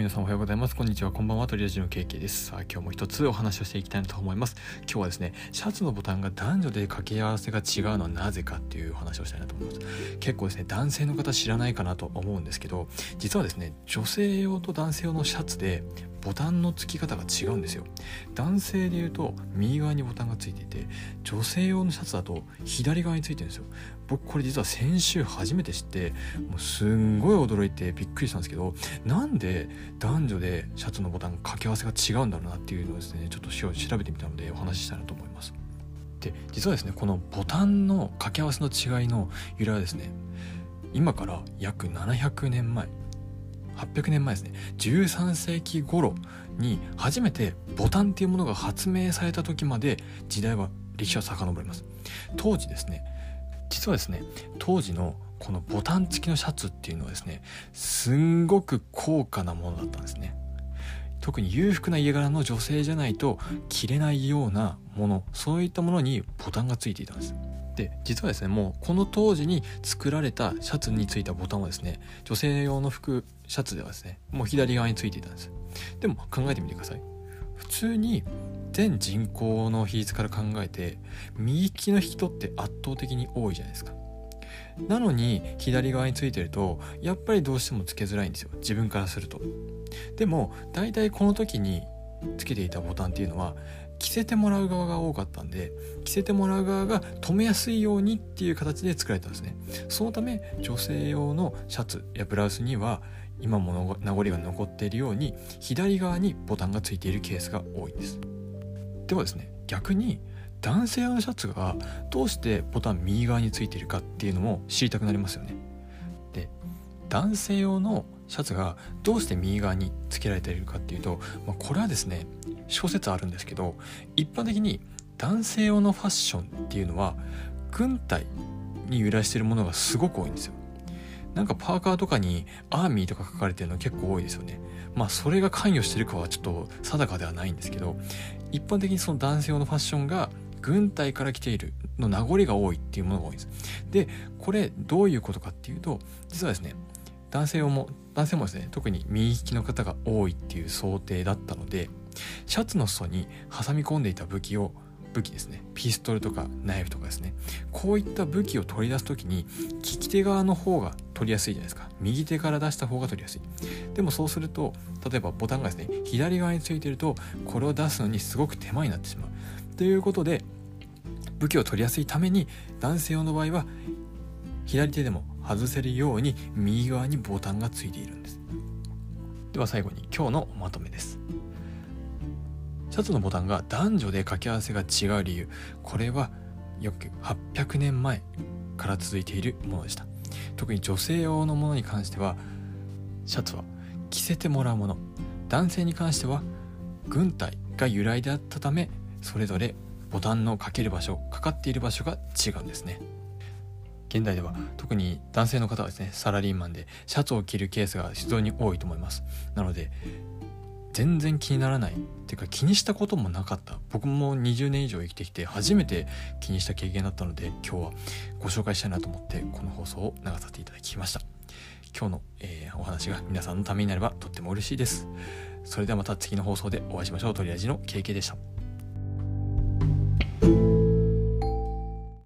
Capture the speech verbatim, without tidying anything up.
皆さんおはようございます。こんにちは、こんばんは。とりあえずのケーキです。さあ、今日も一つお話をしていきたいと思います。今日はですね、シャツのボタンが男女で掛け合わせが違うのはなぜかっていうお話をしたいなと思います。結構ですね、男性の方知らないかなと思うんですけど、実はですね、女性用と男性用のシャツでボタンの付き方が違うんですよ。男性でいうと右側にボタンがついていて、女性用のシャツだと左側についてるんですよ。僕これ実は先週初めて知って、もうすんごい驚いてびっくりしたんですけど、なんで男女でシャツのボタン掛け合わせが違うんだろうなっていうのをですね、ちょっと調べてみたのでお話ししたいなと思います。で、実はですね、このボタンの掛け合わせの違いの由来はですね、今から約ななひゃくねんまえ、はっぴゃくねんまえですね、じゅうさんせいき頃に初めてボタンっていうものが発明された時まで時代は歴史は遡ります。当時ですね、実はですね、当時のこのボタン付きのシャツっていうのはですね、すんごく高価なものだったんですね。特に裕福な家柄の女性じゃないと着れないようなもの、そういったものにボタンが付いていたんです。で、実はですね、もうこの当時に作られたシャツについたボタンはですね、女性用の服シャツではですね、もう左側についていたんです。でも考えてみてください。普通に全人口の比率から考えて右利きの人って圧倒的に多いじゃないですか。なのに左側についてるとやっぱりどうしてもつけづらいんですよ、自分からすると。でも大体この時につけていたボタンっていうのは着せてもらう側が多かったんで、着せてもらう側が止めやすいようにっていう形で作られたんですね。そのため女性用のシャツやブラウスには今も名残が残っているように左側にボタンがついているケースが多いんです。ではですね、逆に男性用のシャツがどうしてボタン右側についているかっていうのも知りたくなりますよね。で、男性用のシャツがどうして右側に付けられているかっていうと、まあ、これはですね、諸説あるんですけど、一般的に男性用のファッションっていうのは軍隊に由来しているものがすごく多いんですよ。なんかパーカーとかにアーミーとか書かれてるの結構多いですよね。まあそれが関与してるかはちょっと定かではないんですけど、一般的にその男性用のファッションが軍隊から来ているの名残が多いっていうものが多いんです。で、これどういうことかっていうと、実はですね、男性用も男性もですね、特に右利きの方が多いっていう想定だったので、シャツの裾に挟み込んでいた武器を武器ですね、ピストルとかナイフとかですね、こういった武器を取り出すときに利き手側の方が取りやすいじゃないですか。右手から出した方が取りやすい。でもそうすると、例えばボタンがですね、左側についているとこれを出すのにすごく手間になってしまうということで、武器を取りやすいために男性用の場合は左手でも外せるように右側にボタンがついているんです。では最後に今日のまとめです。シャツのボタンが男女で掛け合わせが違う理由、これは約はっぴゃくねんまえから続いているものでした。特に女性用のものに関しては、シャツは着せてもらうもの、男性に関しては軍隊が由来であったため、それぞれボタンのかける場所、かかっている場所が違うんですね。現代では特に男性の方はですね、サラリーマンでシャツを着るケースが非常に多いと思います。なので全然気にならないっていうか、気にしたこともなかった、僕もにじゅうねん以上生きてきて初めて気にした経験だったので、今日はご紹介したいなと思ってこの放送を流させていただきました。今日の、えー、お話が皆さんのためになればとっても嬉しいです。それではまた次の放送でお会いしましょう。とりあえずのケーキでした。